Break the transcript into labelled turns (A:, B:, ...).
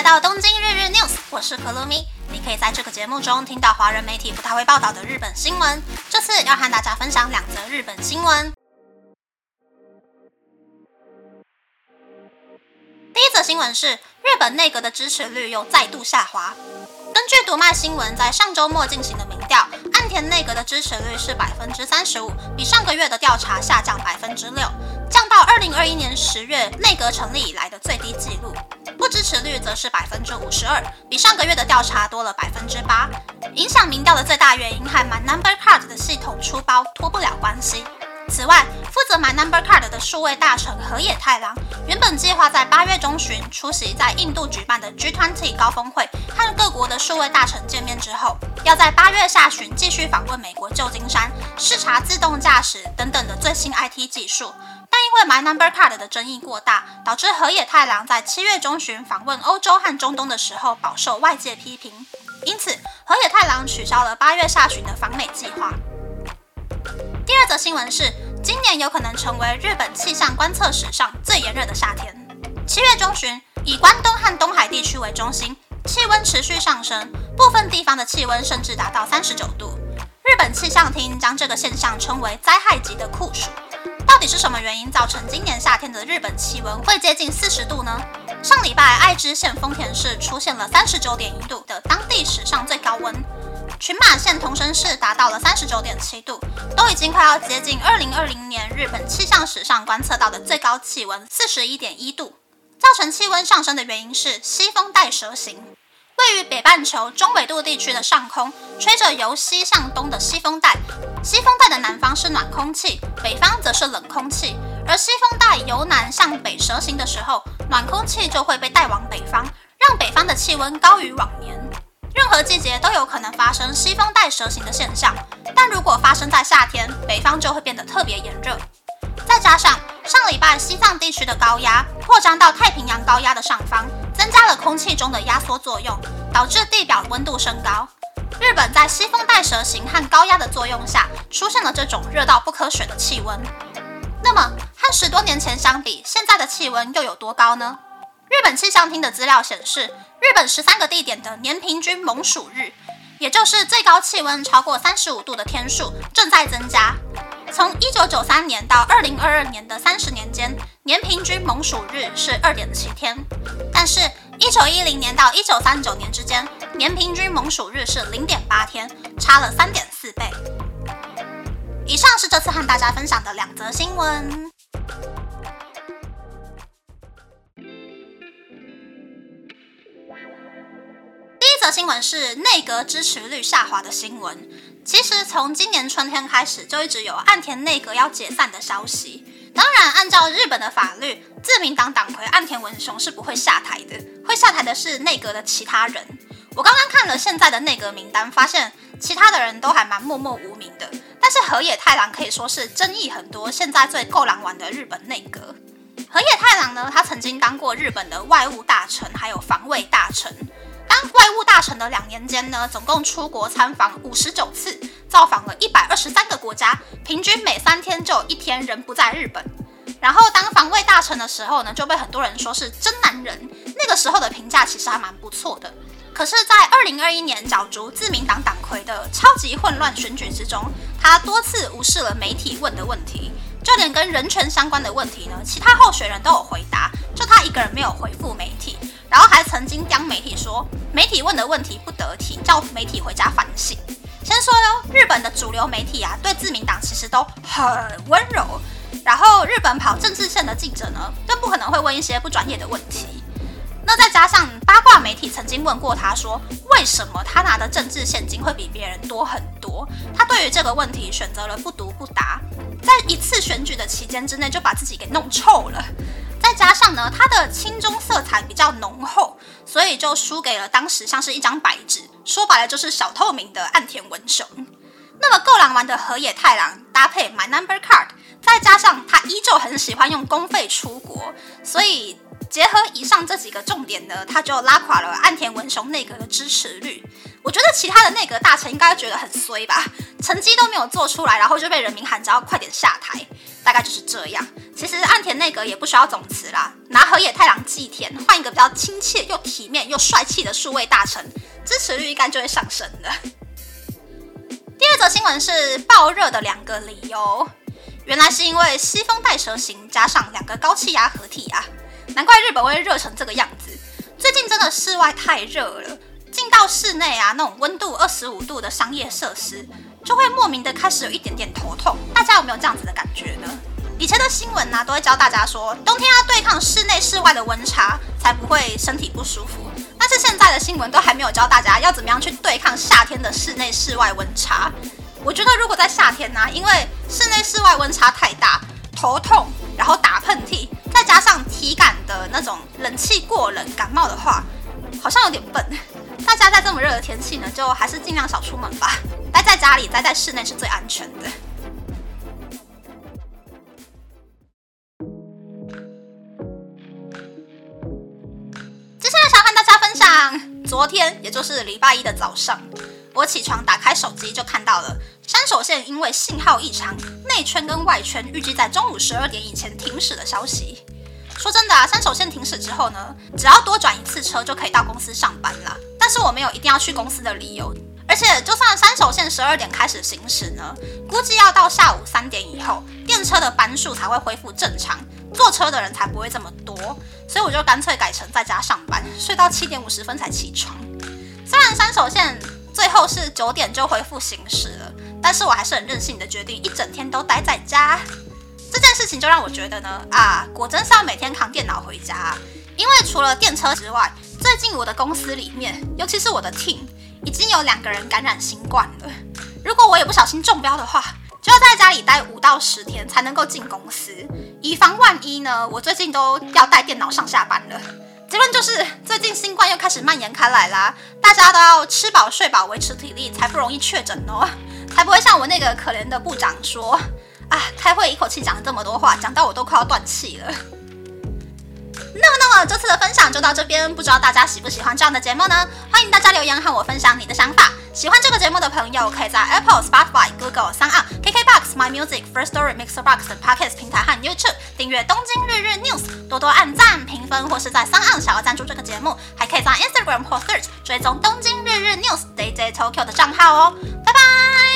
A: 到东京日日 News， 我是可露咪。你可以在这个节目中听到华人媒体不太会报道的日本新闻。这次要和大家分享2则日本新闻。第一则新闻是日本内阁的支持率又再度下滑。根据读卖新闻在上周末进行的民调，岸田内阁的支持率是 35%， 比上个月的调查下降 6%， 降到2021年10月内阁成立以来的最低纪录。不支持率则是 52%， 比上个月的调查多了 8%。 影响民调的最大原因和 My Number Card 的系统出包脱不了关系。此外，负责 My Number Card 的数位大臣河野太郎原本计划在8月中旬出席在印度举办的 G20 高峰会，和各国的数位大臣见面之后，要在8月下旬继续访问美国旧金山，视察自动驾驶等等的最新 IT 技术。但因为 My Number Card 的争议过大，导致河野太郎在7月中旬访问欧洲和中东的时候饱受外界批评，因此河野太郎取消了8月下旬的访美计划。第二则新闻是，今年有可能成为日本气象观测史上最炎热的夏天。7月中旬，以关东和东海地区为中心，气温持续上升，部分地方的气温甚至达到39度。日本气象厅将这个现象称为灾害级的酷暑。到底是什么原因造成今年夏天的日本气温会接近40度呢？上礼拜，爱知县丰田市出现了 39.1 度的当地史上最高温，群马县桐生市达到了 39.7 度，都已经快要接近2020年日本气象史上观测到的最高气温 41.1 度。造成气温上升的原因是西风带蛇行。位于北半球中纬度地区的上空，吹着由西向东的西风带，西风带的南方是暖空气，北方则是冷空气。而西风带由南向北蛇行的时候，暖空气就会被带往北方，让北方的气温高于往年。任何季节都有可能发生西风带蛇行的现象，但如果发生在夏天，北方就会变得特别炎热。再加上上礼拜西藏地区的高压扩张到太平洋高压的上方，增加了空气中的压缩作用，导致地表温度升高。日本在西风带蛇行和高压的作用下，出现了这种热到不可选的气温。那么和10多年前相比，现在的气温又有多高呢？日本气象厅的资料显示，日本13个地点的年平均猛暑日，也就是最高气温超过35度的天数正在增加。从1993年到2022年的30年间，年平均猛暑日是 2.7 天，但是1910年到1939年之间，年平均猛暑日是 0.8 天，差了 3.4 倍。以上是这次和大家分享的2则新闻。第一则新闻是内阁支持率下滑的新闻。其实从今年春天开始，就一直有岸田内阁要解散的消息。当然，按照日本的法律，自民党党魁岸田文雄是不会下台的，会下台的是内阁的其他人。我刚刚看了现在的内阁名单，发现其他的人都还蛮默默无名的。但是河野太郎可以说是争议很多，现在最够狼玩的日本内阁。河野太郎呢，他曾经当过日本的外务大臣，还有防卫大臣。当外务大臣的2年间呢，总共出国参访59次，造访了123个国家，平均每3天就有1天人不在日本。然后当防卫大臣的时候呢，就被很多人说是真男人，那个时候的评价其实还蛮不错的。可是在2021年角逐自民党党魁的超级混乱选举之中，他多次无视了媒体问的问题，就连跟人权相关的问题呢，其他候选人都有回答，就他一个人没有回复媒体。然后还曾经刁媒体说，媒体问的问题不得体，叫媒体回家反省。先说哟，日本的主流媒体啊，对自民党其实都很温柔。然后日本跑政治线的记者呢，更不可能会问一些不专业的问题。那再加上八卦媒体曾经问过他说，为什么他拿的政治现金会比别人多很多？他对于这个问题选择了不读不答，在一次选举的期间之内就把自己给弄臭了。再加上呢，他的亲中色彩比较浓厚，所以就输给了当时像是一张白纸，说白了就是小透明的岸田文雄。那么够狼玩的河野太郎搭配 My Number Card， 再加上他依旧很喜欢用公费出国，所以结合以上这几个重点呢，他就拉垮了岸田文雄内阁的支持率。我觉得其他的内阁大臣应该觉得很衰吧，成绩都没有做出来，然后就被人民喊着要快点下台。 大概就是这样。其实岸田内阁也不需要总辞啦，拿河野太郎继田，换一个比较亲切又体面又帅气的数位大臣，支持率应该就会上升了。第二则新闻是爆热的2个理由，原来是因为西风带蛇形加上2个高气压合体啊，难怪日本会热成这个样子。最近真的室外太热了，进到室内啊，那种温度25度的商业设施，就会莫名的开始有一点点头痛。大家有没有这样子的感觉呢？以前的新闻都会教大家说，冬天要对抗室内室外的温差，才不会身体不舒服。但是现在的新闻都还没有教大家要怎么样去对抗夏天的室内室外温差。我觉得如果在夏天因为室内室外温差太大，头痛，然后打喷嚏，再加上体感的那种冷气过冷感冒的话，好像有点笨。大家在这么热的天气呢，就还是尽量少出门吧，待在家里，待在室内是最安全的。接下来想和大家分享，昨天也就是礼拜一的早上，我起床打开手机就看到了山手线因为信号异常，内圈跟外圈预计在中午12点以前停驶的消息。说真的山手线停驶之后呢，只要多转1次车就可以到公司上班啦。但是我没有一定要去公司的理由，而且就算山手线12点开始行驶呢，估计要到下午3点以后，电车的班数才会恢复正常，坐车的人才不会这么多，所以我就干脆改成在家上班，睡到7点50分才起床。虽然山手线最后是9点就恢复行驶了，但是我还是很任性的决定一整天都待在家。这件事情就让我觉得呢，果真是要每天扛电脑回家因为除了电车之外，最近我的公司里面，尤其是我的 team， 已经有2个人感染新冠了。如果我也不小心中标的话，就要在家里待5到10天才能够进公司。以防万一呢，我最近都要带电脑上下班了。结论就是，最近新冠又开始蔓延开来啦，大家都要吃饱睡饱维持体力，才不容易确诊哦，才不会像我那个可怜的部长说开会一口气讲了这么多话，讲到我都快要断气了。那么这次的分享就到这边，不知道大家喜不喜欢这样的节目呢？欢迎大家留言和我分享你的想法。喜欢这个节目的朋友，可以在 Apple、Spotify、Google、SoundOn、KKBox、My Music、Firstory、Mixerbox 等 Podcast 平台和 YouTube 订阅东京日日 News， 多多按赞、评分，或是在 SoundOn 想要赞助这个节目，还可以在 Instagram 或 Search 追踪东京日日 News DayDay Tokyo 的账号哦。拜拜。